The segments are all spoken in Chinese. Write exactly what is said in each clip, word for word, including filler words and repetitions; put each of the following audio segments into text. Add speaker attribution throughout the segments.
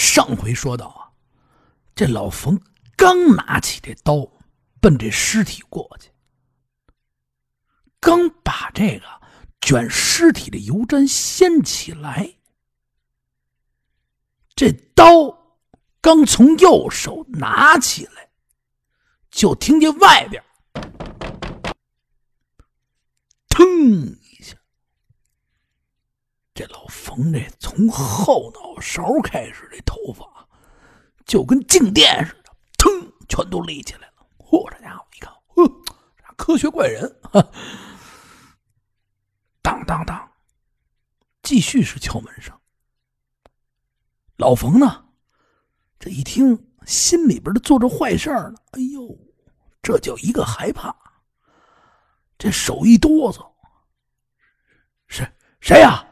Speaker 1: 上回说到啊，这老冯刚拿起这刀奔这尸体过去，刚把这个卷尸体的油毡掀起来，这刀刚从右手拿起来，就听见外边腾一下，这老冯这从后脑勺开始，这头发就跟静电似的，腾全都立起来了。嚯，这家伙一看，呵，科学怪人，哈，当当当，继续是敲门声。老冯呢，这一听心里边的做着坏事呢，哎呦，这叫一个害怕，这手一哆嗦，是谁呀？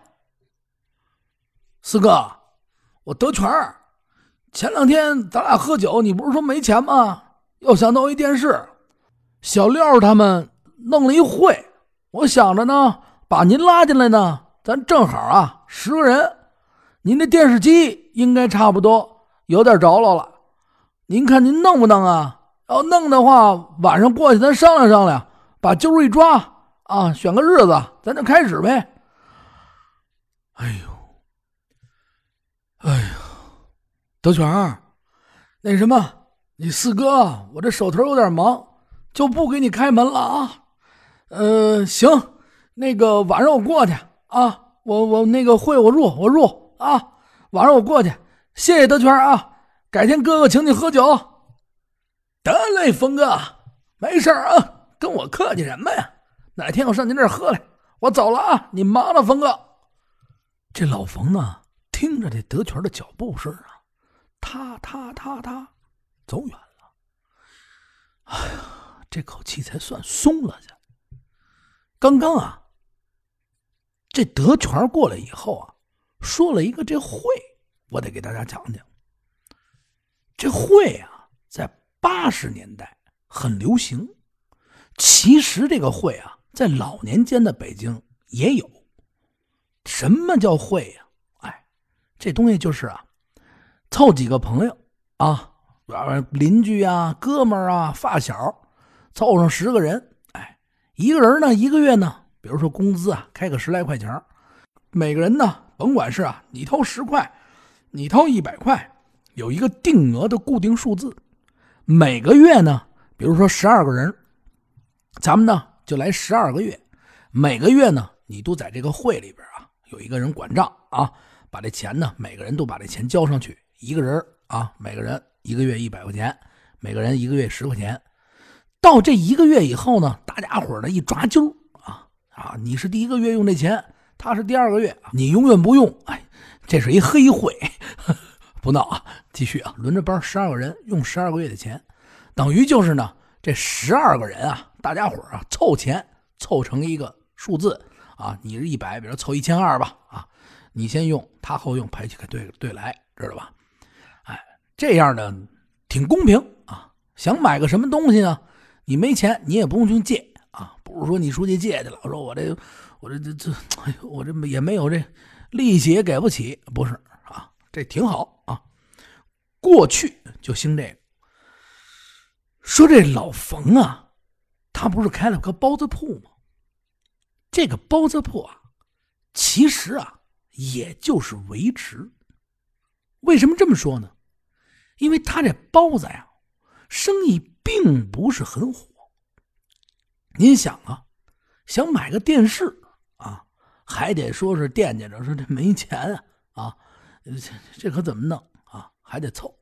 Speaker 1: 四哥，我德全，前两天咱俩喝酒，你不是说没钱吗？又想到一件事，小廖他们弄了一会，我想着呢，把您拉进来呢，咱正好啊，十个人。您的电视机应该差不多有点着落了，您看您弄不弄啊？要弄的话，晚上过去咱商量商量，把揪一抓啊，选个日子，咱就开始呗。哎呦，哎呀，德全，那什么，你四哥，我这手头有点忙，就不给你开门了啊。呃，行，那个晚上我过去啊，我我那个会我入我入。啊，晚上我过去，谢谢德全啊！改天哥哥请你喝酒。得嘞，峰哥，没事啊，跟我客气什么呀？哪天我上您这儿喝来，我走了啊，你忙了，峰哥。这老冯呢，听着这德全的脚步声啊，踏踏踏踏走远了。哎呀，这口气才算松了下。刚刚啊，这德全过来以后啊，说了一个这会，我得给大家讲讲。这会啊，在八十年代很流行。其实这个会啊，在老年间的北京也有。什么叫会呀？哎，这东西就是啊，凑几个朋友啊，邻居啊、哥们儿啊、发小，凑上十个人，哎，一个人呢，一个月呢，比如说工资啊，开个十来块钱，每个人呢，甭管是啊，你掏十块，你掏一百块，有一个定额的固定数字。每个月呢，比如说十二个人，咱们呢就来十二个月。每个月呢，你都在这个会里边啊，有一个人管账啊，把这钱呢，每个人都把这钱交上去。一个人啊，每个人一个月一百块钱，每个人一个月十块钱。到这一个月以后呢，大家伙呢一抓阄啊啊，你是第一个月用这钱。他是第二个月，你永远不用，哎，这是一黑会，不闹啊！继续啊，轮着班，十二个人用十二个月的钱，等于就是呢，这十二个人啊，大家伙啊凑钱凑成一个数字啊，你是一百，比如凑一千二吧，啊，你先用，他后用，排起个对对来，知道吧？哎，这样呢挺公平啊。想买个什么东西呢？你没钱，你也不用去借啊，不是说你出去借去了，说我这。我这这这，哎呦，我这也没有这利息也给不起，不是啊，这挺好啊。过去就兴这个。说这老冯啊，他不是开了个包子铺吗？这个包子铺啊，其实啊，也就是维持。为什么这么说呢？因为他这包子呀，生意并不是很火。您想啊，想买个电视。啊，还得说是惦记着说这没钱啊啊，这这可怎么弄啊？还得凑。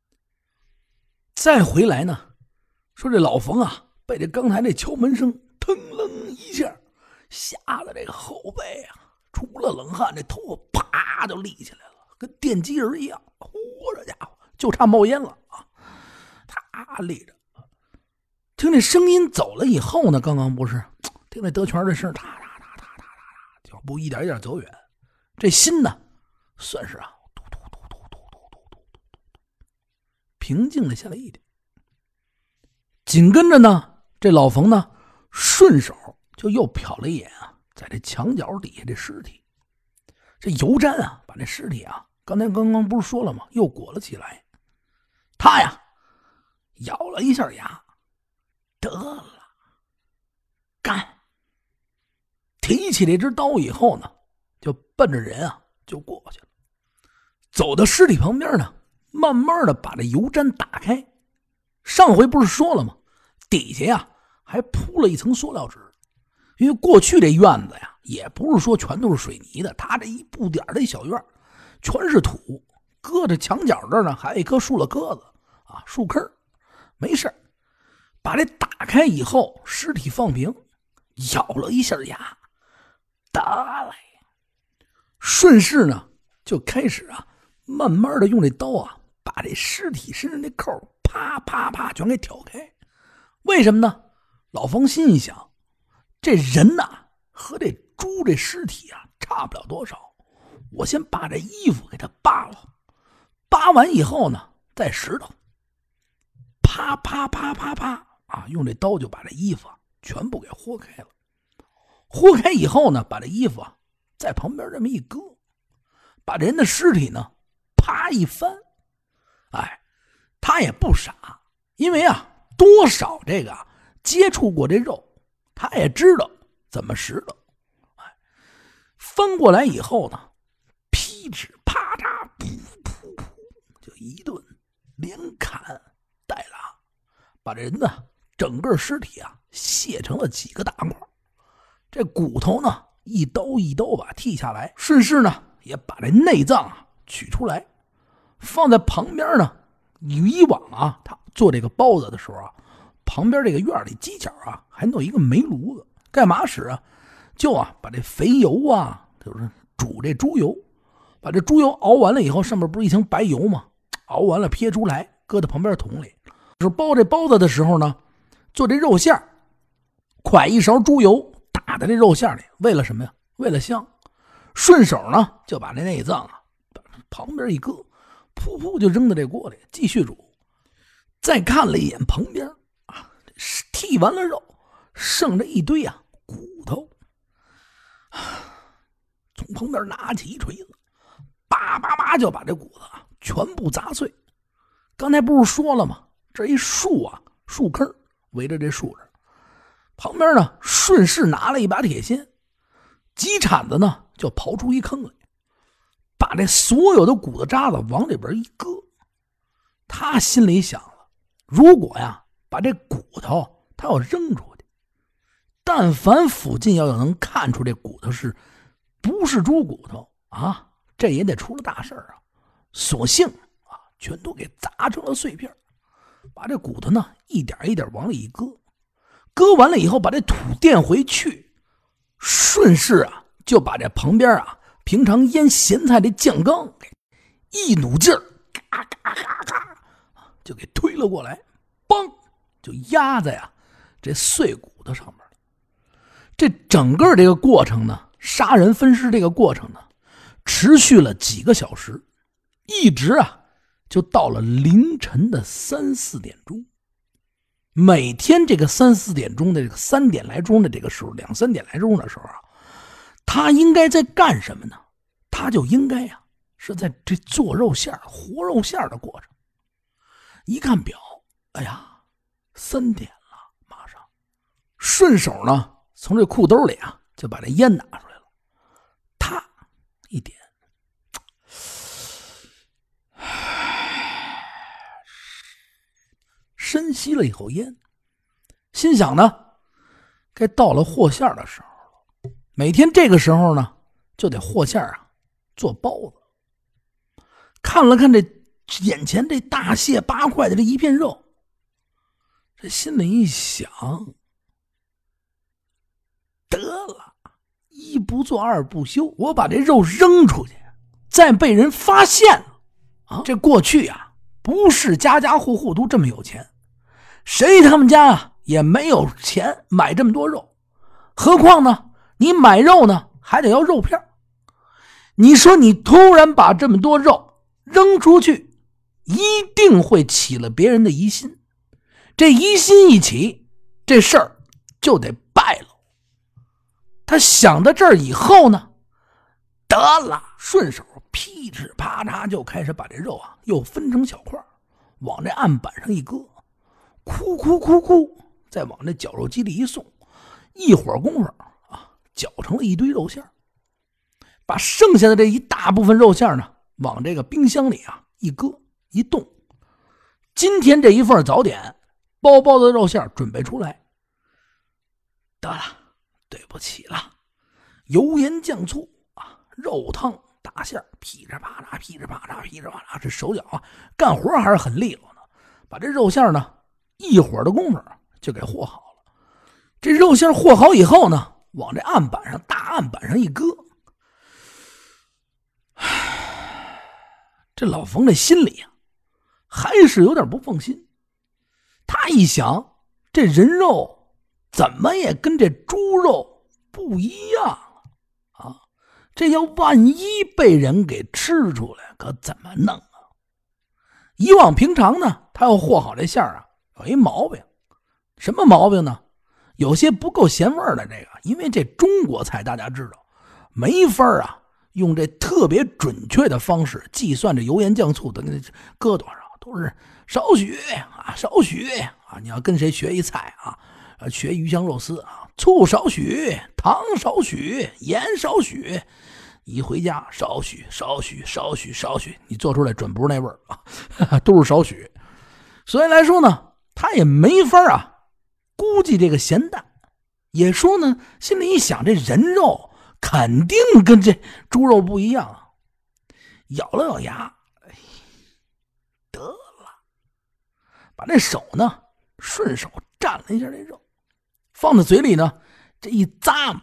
Speaker 1: 再回来呢，说这老冯啊，被这刚才那敲门声腾楞一下，吓得这个后背啊，出了冷汗，这头发啪就立起来了，跟电击人一样。嚯，这家伙就差冒烟了啊！他立着，听这声音走了以后呢，刚刚不是听那德全这声，他。脚步一点一点走远，这心呢，算是啊，嘟嘟嘟嘟嘟嘟嘟嘟嘟平静了下来一点。紧跟着呢，这老冯呢，顺手就又瞟了一眼啊，在这墙角底下这尸体，这油毡啊，把这尸体啊刚才刚刚不是说了吗？又裹了起来。他呀，咬了一下牙，得了，干！提起这只刀以后呢，就奔着人啊就过去了。走到尸体旁边呢，慢慢的把这油毡打开。上回不是说了吗？底下呀还铺了一层塑料纸，因为过去这院子呀也不是说全都是水泥的，他这一布点的小院全是土，搁着墙角这儿呢还有一棵树了棵子啊，树坑。没事，把这打开以后，尸体放平，咬了一下牙，得嘞，顺势呢就开始啊慢慢的用这刀啊把这尸体身上的扣啪啪啪全给挑开。为什么呢？老方心一想，这人呐、啊、和这猪这尸体啊差不了多少，我先把这衣服给他扒了，扒完以后呢再拾掇，啪啪啪啪啪啊，用这刀就把这衣服啊全部给豁开了。豁开以后呢，把这衣服啊在旁边这么一搁，把人的尸体呢啪一翻。哎，他也不傻，因为啊多少这个、啊、接触过这肉，他也知道怎么拾掇。哎，翻过来以后呢，劈指啪嚓噗噗噗，就一顿连砍带拉，把这人呢整个尸体啊卸成了几个大块。这骨头呢一刀一刀把剔下来，顺势呢也把这内脏啊取出来，放在旁边呢。以往啊他做这个包子的时候啊，旁边这个院里犄角啊还弄一个煤炉子，干嘛使啊？就啊把这肥油啊，就是煮这猪油，把这猪油熬完了以后，上面不是一层白油吗？熬完了撇出来，搁在旁边桶里。就是包这包子的时候呢，做这肉馅，蒯一勺猪油打在这肉馅里，为了什么呀？为了香。顺手呢就把这内脏啊旁边一搁，噗噗就扔到这锅里继续煮。再看了一眼旁边啊，剔完了肉，剩着一堆啊骨头，从旁边拿起一锤子，叭叭叭就把这骨子啊全部砸碎。刚才不是说了吗？这一树啊树坑围着这树这，旁边呢顺势拿了一把铁锨，几铲子呢就刨出一坑来，把这所有的骨头渣子往里边一搁。他心里想了，如果呀把这骨头他要扔出去，但凡附近要能看出这骨头是不是猪骨头啊，这也得出了大事啊。索性啊全都给砸成了碎片，把这骨头呢一点一点往里一搁，搁完了以后把这土垫回去，顺势啊就把这旁边啊平常腌咸菜的酱缸给一努劲儿，嘎嘎嘎嘎就给推了过来，嘣就压在啊这碎骨头上面了。这整个这个过程呢，杀人分尸这个过程呢，持续了几个小时，一直啊就到了凌晨的三四点钟。每天这个三四点钟的这个三点来钟的这个时候，两三点来钟的时候啊，他应该在干什么呢？他就应该呀、啊、是在这做肉馅活肉馅的过程。一看表，哎呀，三点了，马上顺手呢从这裤兜里啊就把这烟拿出来了，他一点，深吸了一口烟，心想呢该到了和馅的时候了。每天这个时候呢就得和馅啊做包子。看了看这眼前这大卸八块的这一片肉，这心里一想，得了，一不做二不休，我把这肉扔出去，再被人发现了啊！这过去啊不是家家户户都这么有钱，谁他们家啊也没有钱买这么多肉，何况呢你买肉呢还得要肉片。你说你突然把这么多肉扔出去，一定会起了别人的疑心，这疑心一起，这事儿就得败了。他想到这儿以后呢， 得了，顺手噼哧啪嚓就开始把这肉啊又分成小块，往这案板上一搁，哭哭哭哭，再往这绞肉机里一送，一会儿功夫啊，绞成了一堆肉馅，把剩下的这一大部分肉馅呢，往这个冰箱里啊一搁一冻。今天这一份早点，包包的肉馅准备出来。得了，对不起了，油盐酱醋啊，肉汤大馅噼里啪啦噼里啪啦噼里啪啦，这手脚啊干活还是很利落呢，把这肉馅呢一会儿的功夫就给和好了。这肉馅和好以后呢，往这案板上大案板上一搁，这老冯这心里啊还是有点不放心。他一想，这人肉怎么也跟这猪肉不一样啊！这要万一被人给吃出来，可怎么弄啊？以往平常呢，他要和好这馅儿啊，有一毛病，什么毛病呢？有些不够咸味儿的这个，因为这中国菜大家知道，没法啊用这特别准确的方式计算这油盐酱醋的搁多少，都是少许啊，少许啊！你要跟谁学一菜啊？学鱼香肉丝啊，醋少许，糖少许，盐少许，一回家少许少许少许少许，你做出来准不是那味儿啊，都是少许。所以来说呢，他也没法啊估计这个咸淡，也说呢，心里一想，这人肉肯定跟这猪肉不一样啊，咬了咬牙，哎，得了，把这手呢顺手蘸了一下这肉，放在嘴里呢，这一咂，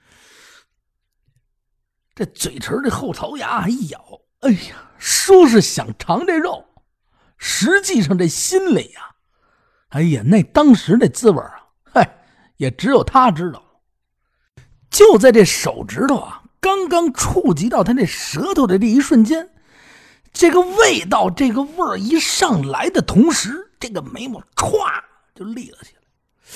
Speaker 1: 这嘴唇这后槽牙一咬，哎呀，说是想尝这肉，实际上这心里呀，哎呀，那当时那滋味啊，嗨，也只有他知道。就在这手指头啊刚刚触及到他那舌头的这一瞬间，这个味道这个味儿一上来的同时，这个眉毛歘就立了起来。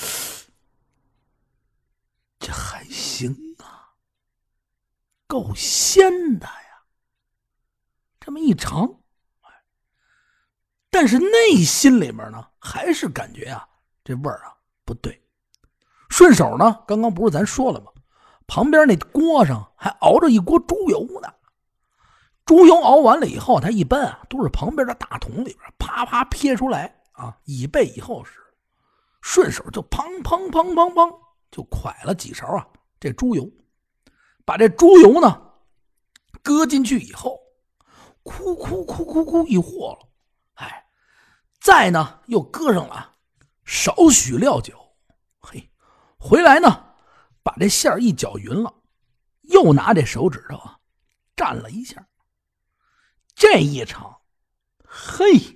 Speaker 1: 这还行啊，够鲜的呀，这么一尝，但是内心里面呢还是感觉啊这味儿啊不对。顺手呢，刚刚不是咱说了吗，旁边那锅上还熬着一锅猪油呢。猪油熬完了以后，它一般啊都是旁边的大桶里边啪啪撇出来啊，以备以后使。顺手就砰砰砰砰砰就蒯了几勺啊这猪油，把这猪油呢搁进去以后，哭哭哭哭哭一和了，哎，再呢又搁上了少许料酒，嘿，回来呢把这馅儿一搅匀了，又拿这手指头啊蘸了一下，这一尝，嘿，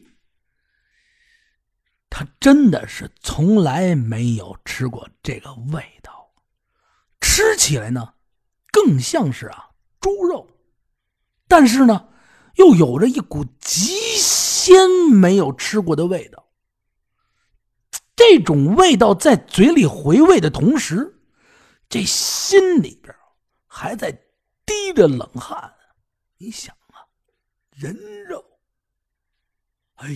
Speaker 1: 他真的是从来没有吃过这个味道，吃起来呢更像是啊猪肉，但是呢又有着一股极鲜没有吃过的味道。这种味道在嘴里回味的同时，这心里边还在滴着冷汗。你想啊，人肉，哎，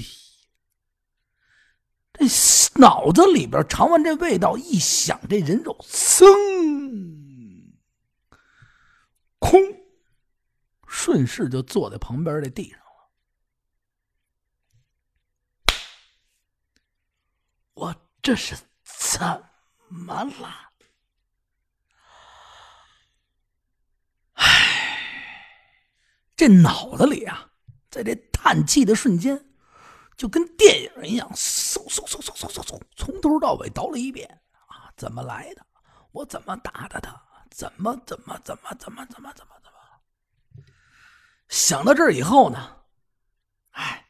Speaker 1: 这脑子里边尝完这味道，一想这人肉，噌，空，顺势就坐在旁边的地上了。我这是怎么了？唉，这脑子里啊，在这叹气的瞬间，就跟电影一样，嗖嗖嗖嗖嗖嗖嗖，从头到尾倒了一遍啊！怎么来的？我怎么打的他？怎么怎么怎么怎么怎么怎么怎么？想到这儿以后呢，哎，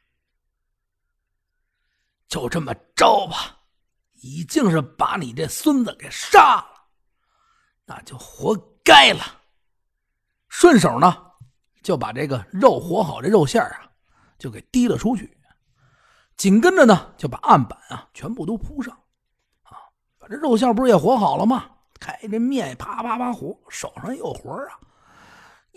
Speaker 1: 就这么着吧。已经是把你这孙子给杀了，那就活该了。顺手呢就把这个肉和好这肉馅啊就给滴了出去，紧跟着呢就把案板啊全部都铺上啊，把这肉馅不是也和好了吗？开这面啪啪啪和，手上也有活啊，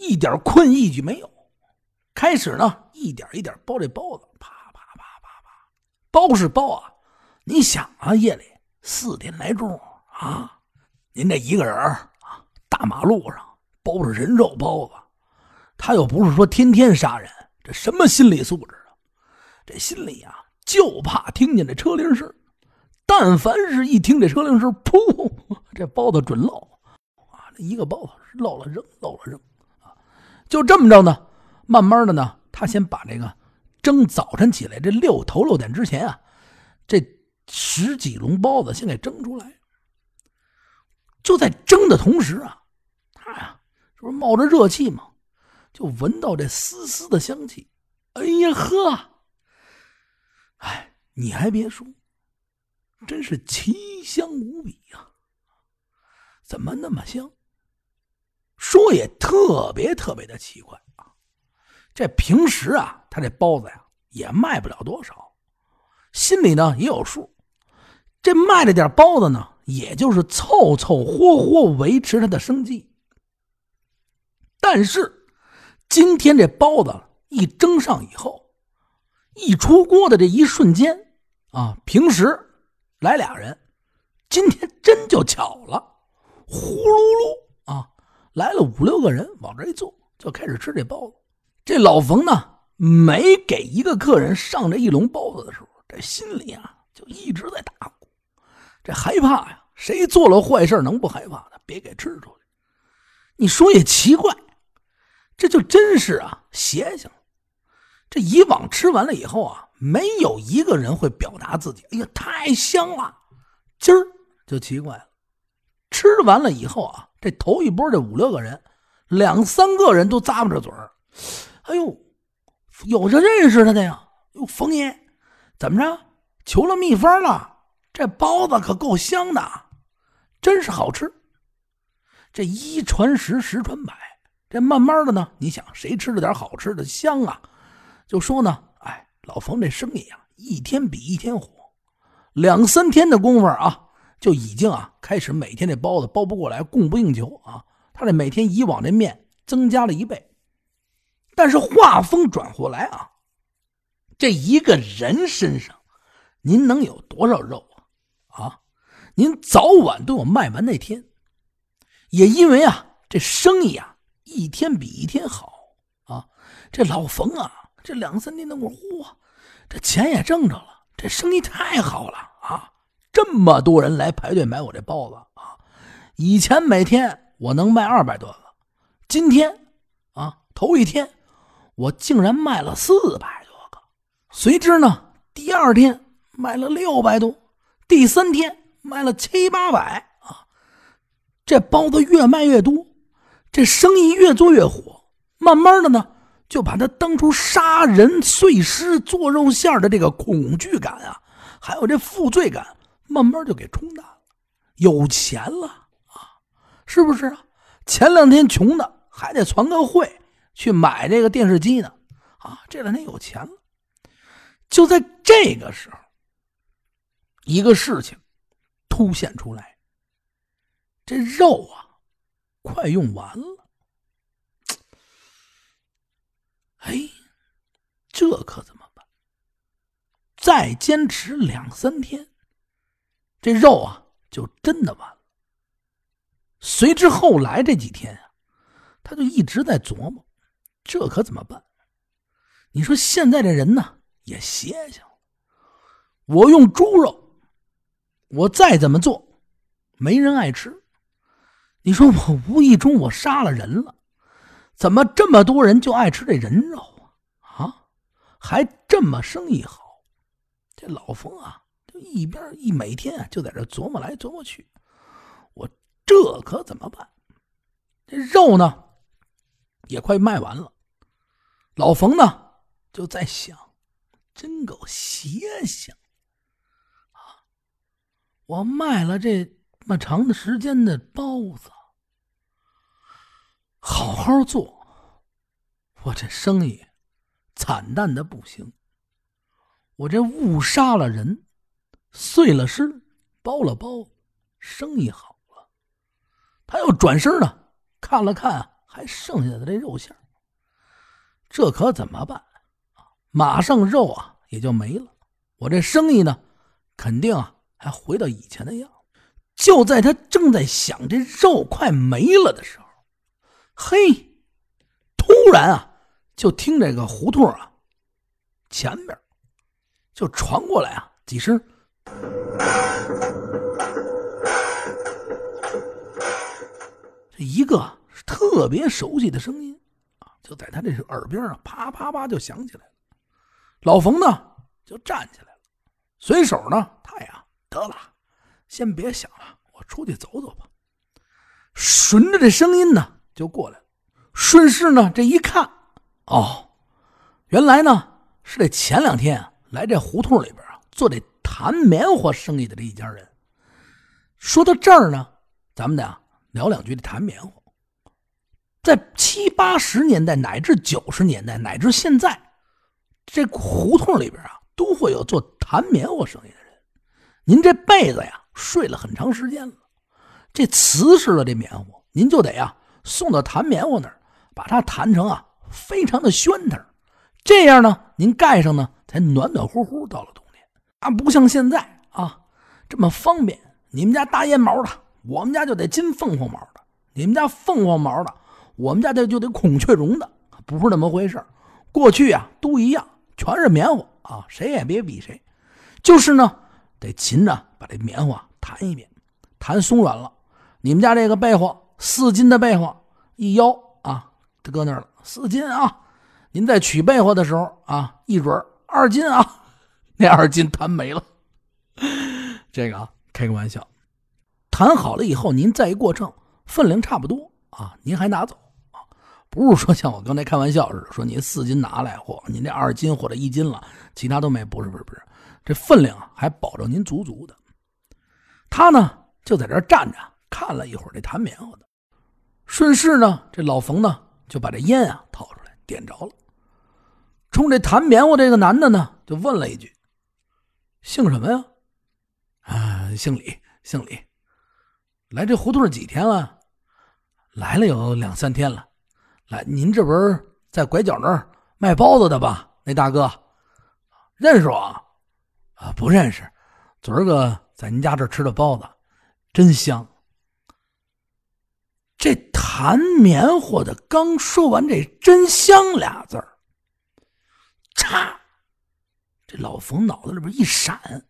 Speaker 1: 一点困意就没有。开始呢，一点一点包这包子，啪啪啪啪啪，包是包啊。你想啊，夜里四点来钟啊，您这一个人啊，大马路上包着人肉包子，他又不是说天天杀人，这什么心理素质啊？这心里啊，就怕听见这车铃声。但凡是一听这车铃声，噗，这包子准漏啊！这一个包子漏了扔，漏了扔啊！就这么着呢，慢慢的呢，他先把这个蒸早晨起来这六头六点之前啊，这十几笼包子先给蒸出来。就在蒸的同时啊，他呀，这不是冒着热气吗？就闻到这丝丝的香气。哎呀呵！哎，你还别说。真是奇香无比呀、啊！怎么那么香？说也特别特别的奇怪啊！这平时啊，他这包子呀也卖不了多少，心里呢也有数。这卖了点包子呢，也就是凑凑合合维持他的生计。但是今天这包子一蒸上以后，一出锅的这一瞬间啊，平时来俩人，今天真就巧了，呼噜噜啊，来了五六个人往这一坐，就开始吃这包子。这老冯呢，每给一个客人上这一笼包子的时候，这心里啊就一直在打鼓，这害怕呀，谁做了坏事能不害怕的？别给吃出来。你说也奇怪，这就真是啊邪性。这以往吃完了以后啊，没有一个人会表达自己，哎呀太香了。今儿就奇怪了，吃完了以后啊，这头一波这五六个人，两三个人都咂巴着嘴儿，哎呦，有着认识他的呀，哟，冯爷怎么着求了秘方了？这包子可够香的，真是好吃。这一传十，十传百，这慢慢的呢，你想谁吃了点好吃的香啊？就说呢，哎，老冯这生意啊，一天比一天火，两三天的功夫啊，就已经啊开始每天这包子包不过来，供不应求啊。他这每天以往这面增加了一倍。但是话锋转过来啊，这一个人身上，您能有多少肉啊？啊，您早晚都有卖完那天。也因为啊，这生意啊一天比一天好啊，这老冯啊。这两三天的功夫，这钱也挣着了，这生意太好了啊！这么多人来排队买我这包子啊！以前每天我能卖二百多个，今天啊，头一天我竟然卖了四百多个。随之呢，第二天卖了六百多，第三天卖了七八百啊！这包子越卖越多，这生意越做越火，慢慢的呢。就把他当初杀人碎尸做肉馅的这个恐惧感啊，还有这负罪感，慢慢就给冲淡了。有钱了啊，是不是啊？前两天穷的还得攒个会去买这个电视机呢，啊，这两天有钱了。就在这个时候，一个事情凸显出来，这肉啊，快用完了。哎，这可怎么办？再坚持两三天，这肉啊就真的完了。随之后来这几天啊，他就一直在琢磨，这可怎么办？你说现在这人呢也邪性，我用猪肉，我再怎么做，没人爱吃。你说我无意中我杀了人了。怎么这么多人就爱吃这人肉啊？啊，还这么生意好？这老冯啊，就一边一每天啊就在这琢磨来琢磨去，我这可怎么办？这肉呢也快卖完了，老冯呢就在想，真够邪性啊！我卖了这么长的时间的包子。好好做，我这生意惨淡的不行。我这误杀了人，碎了尸，包了包，生意好了。他又转身呢，看了看还剩下的这肉馅，这可怎么办？马上肉啊也就没了，我这生意呢肯定啊还回到以前的样。就在他正在想这肉快没了的时候，嘿，突然啊就听这个胡同啊前面就传过来啊几声这一个特别熟悉的声音啊，就在他这耳边啊啪啪啪就响起来了。老冯呢就站起来了，随手呢他呀得了，先别想了，我出去走走吧。顺着这声音呢就过来了，顺势呢这一看，哦，原来呢是这前两天啊来这胡同里边啊做这弹棉花生意的这一家人。说到这儿呢，咱们俩聊两句这弹棉花。在七八十年代乃至九十年代乃至现在，这胡同里边啊都会有做弹棉花生意的人。您这被子呀睡了很长时间了，这瓷实的这棉花您就得啊送到弹棉花那儿，把它弹成啊非常的宣腾，这样呢您盖上呢才暖暖乎乎。到了冬天啊，不像现在啊这么方便，你们家大雁毛的，我们家就得金凤凰毛的，你们家凤凰毛的，我们家就得孔雀绒的，不是那么回事。过去啊都一样，全是棉花啊，谁也别比谁。就是呢得勤着把这棉花弹一遍，弹松软了，你们家这个被花四斤的被花一腰啊就搁那儿了，四斤啊，您在取被花的时候啊一准二斤啊，那二斤弹没了。这个啊开个玩笑，弹好了以后您再一过秤，分量差不多啊，您还拿走啊，不是说像我刚才开玩笑似的，说您四斤拿来，或您这二斤或者一斤了，其他都没，不是不是不是，这分量啊还保证您足足的。他呢就在这儿站着看了一会儿这弹棉花的，顺势呢这老冯呢就把这烟啊掏出来点着了，冲这弹棉花这个男的呢就问了一句：姓什么呀？啊，姓李，姓李。来这胡同几天了？来了有两三天了。来，您这不是在拐角那儿卖包子的吧？那大哥认识我啊？不认识，昨儿个在您家这儿吃的包子真香。这弹棉花的刚说完这真香俩字儿，嚓，这老冯脑子里边一闪，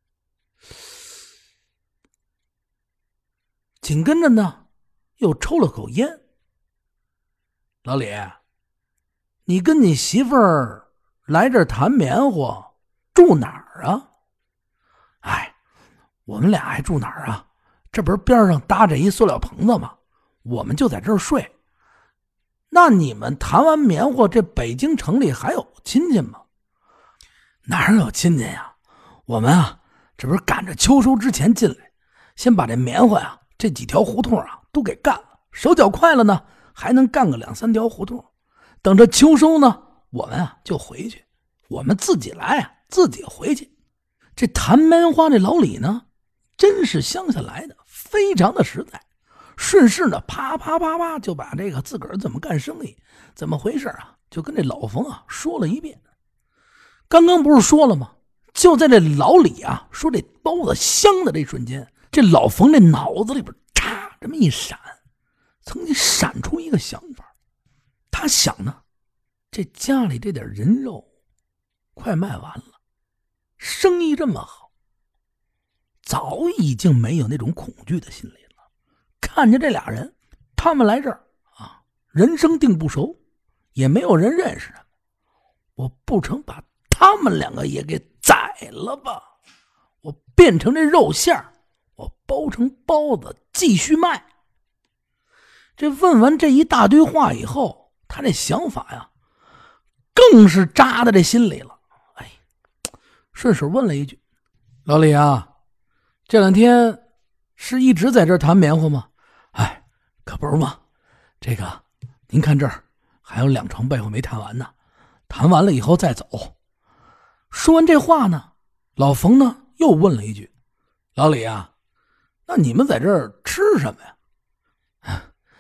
Speaker 1: 紧跟着呢又抽了口烟。老李，你跟你媳妇儿来这儿弹棉花住哪儿啊？哎，我们俩还住哪儿啊？这不是边上搭着一塑料棚子吗？我们就在这儿睡。那你们弹完棉花，这北京城里还有亲戚吗？哪有亲戚呀？我们啊这不是赶着秋收之前进来，先把这棉花呀这几条胡同啊都给干了，手脚快了呢还能干个两三条胡同，等着秋收呢我们啊就回去，我们自己来啊自己回去。这弹棉花这老李呢真是乡下来的，非常的实在，顺势呢啪啪啪啪就把这个自个儿怎么干生意怎么回事啊就跟这老冯啊说了一遍。刚刚不是说了吗？就在这老李啊说这包子香的这瞬间，这老冯这脑子里边嚓这么一闪，曾经闪出一个想法。他想呢，这家里这点人肉快卖完了，生意这么好，早已经没有那种恐惧的心理了。看见这俩人，他们来这儿啊，人生地不熟，也没有人认识他们，我不成把他们两个也给宰了吧，我变成这肉馅儿，我包成包子继续卖。这问完这一大堆话以后，他这想法呀更是扎在这心里了。哎，顺手问了一句：老李啊，这两天是一直在这儿弹棉花吗？哎，可不是嘛，这个您看这儿还有两床被花没弹完呢，弹完了以后再走。说完这话呢，老冯呢又问了一句：老李啊，那你们在这儿吃什么呀？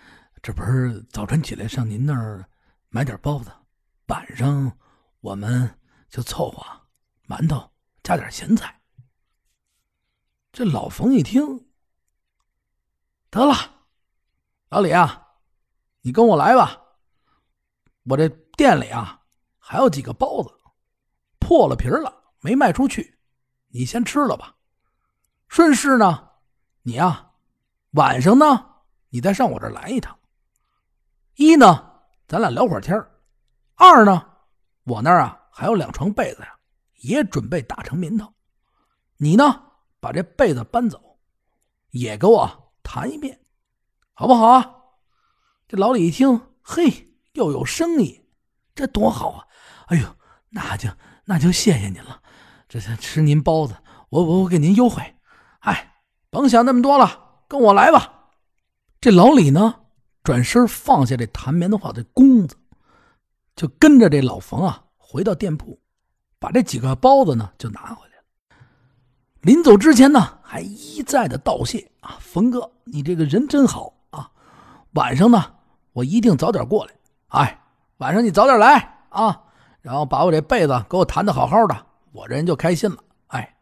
Speaker 1: 这不是早晨起来上您那儿买点包子，晚上我们就凑合馒头加点咸菜。这老冯一听，得了，老李啊，你跟我来吧，我这店里啊还有几个包子破了皮了没卖出去，你先吃了吧。顺势呢，你啊晚上呢你再上我这儿来一趟。一呢咱俩聊会儿天儿，二呢我那儿啊还有两床被子呀，也准备打成棉套。你呢把这被子搬走，也给我谈一遍，好不好啊？这老李一听，嘿，又有生意，这多好啊！哎呦，那就那就谢谢您了，这吃您包子，我我我给您优惠。哎，甭想那么多了，跟我来吧。这老李呢，转身放下这弹棉花的弓子，就跟着这老冯啊回到店铺，把这几个包子呢就拿回来了。临走之前呢，还一再的道谢啊，冯哥，你这个人真好啊！晚上呢，我一定早点过来。哎，晚上你早点来啊，然后把我这被子给我弹得好好的，我这人就开心了。哎，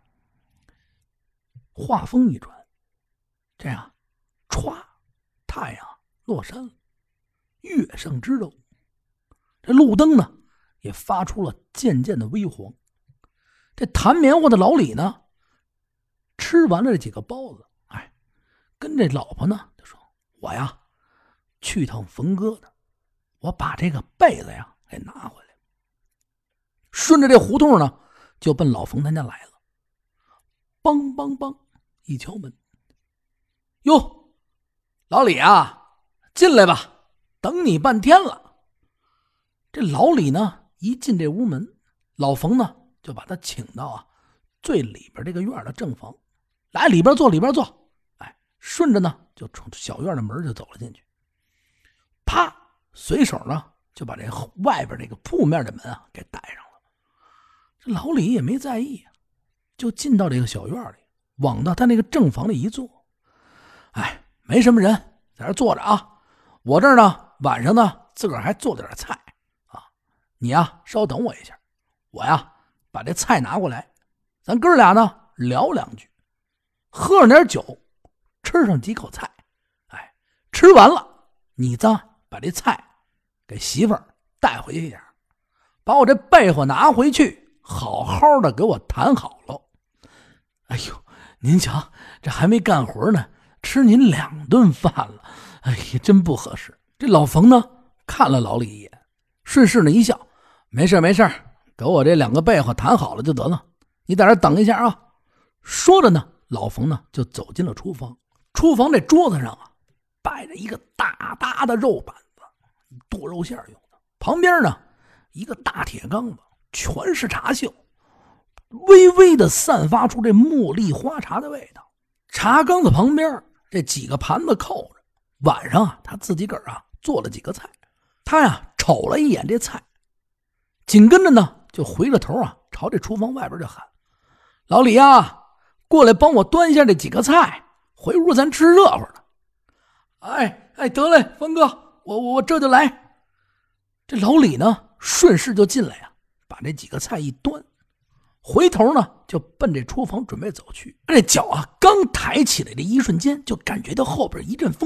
Speaker 1: 话锋一转，这样，歘，太阳落山了，月上枝头，这路灯呢也发出了渐渐的微黄。这弹棉花的老李呢，吃完了这几个包子，哎，跟这老婆呢就说：“我呀，去趟冯哥的，我把这个被子呀给拿回来。”顺着这胡同呢，就奔老冯他家来了。梆梆梆，一敲门，哟，老李啊，进来吧，等你半天了。这老李呢，一进这屋门，老冯呢就把他请到啊最里边这个院的正房，来里边坐，里边坐。哎，顺着呢就从小院的门就走了进去。啪，随手呢就把这外边这个铺面的门啊给带上了。这老李也没在意，就进到这个小院里，往到他那个正房里一坐。哎，没什么人，在这坐着啊。我这儿呢，晚上呢自个儿还做了点菜啊，你呀稍等我一下，我呀把这菜拿过来，咱哥俩呢聊两句，喝上点酒，吃上几口菜。哎，吃完了，你呢把这菜给媳妇儿带回去一点，把我这被子拿回去，好好的给我弹好了。哎呦，您瞧，这还没干活呢，吃您两顿饭了，哎呀，真不合适。这老冯呢看了老李一眼，顺势呢一笑，没事没事，给我这两个被子弹好了就得了，你在这等一下啊。说着呢，老冯呢就走进了厨房。厨房这桌子上啊摆着一个大大的肉板子，剁肉馅用的，旁边呢一个大铁缸子，全是茶锈，微微的散发出这茉莉花茶的味道。茶缸子旁边这几个盘子扣着，晚上啊他自己个儿啊做了几个菜。他呀瞅了一眼这菜，紧跟着呢就回了头啊朝这厨房外边就喊：“老李啊，过来帮我端一下这几个菜，回屋咱吃热乎的。”哎哎，得嘞，冯哥，我我我这就来。这老李呢顺势就进来呀、啊，把这几个菜一端，回头呢就奔这厨房准备走去。这脚啊刚抬起来的一瞬间，就感觉到后边一阵风，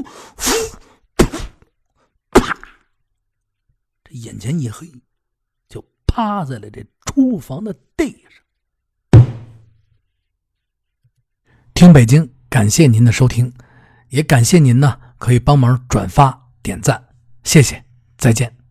Speaker 1: 啪，这眼前一黑，就趴在了这厨房的地上。听北京，感谢您的收听，也感谢您呢可以帮忙转发点赞，谢谢，再见。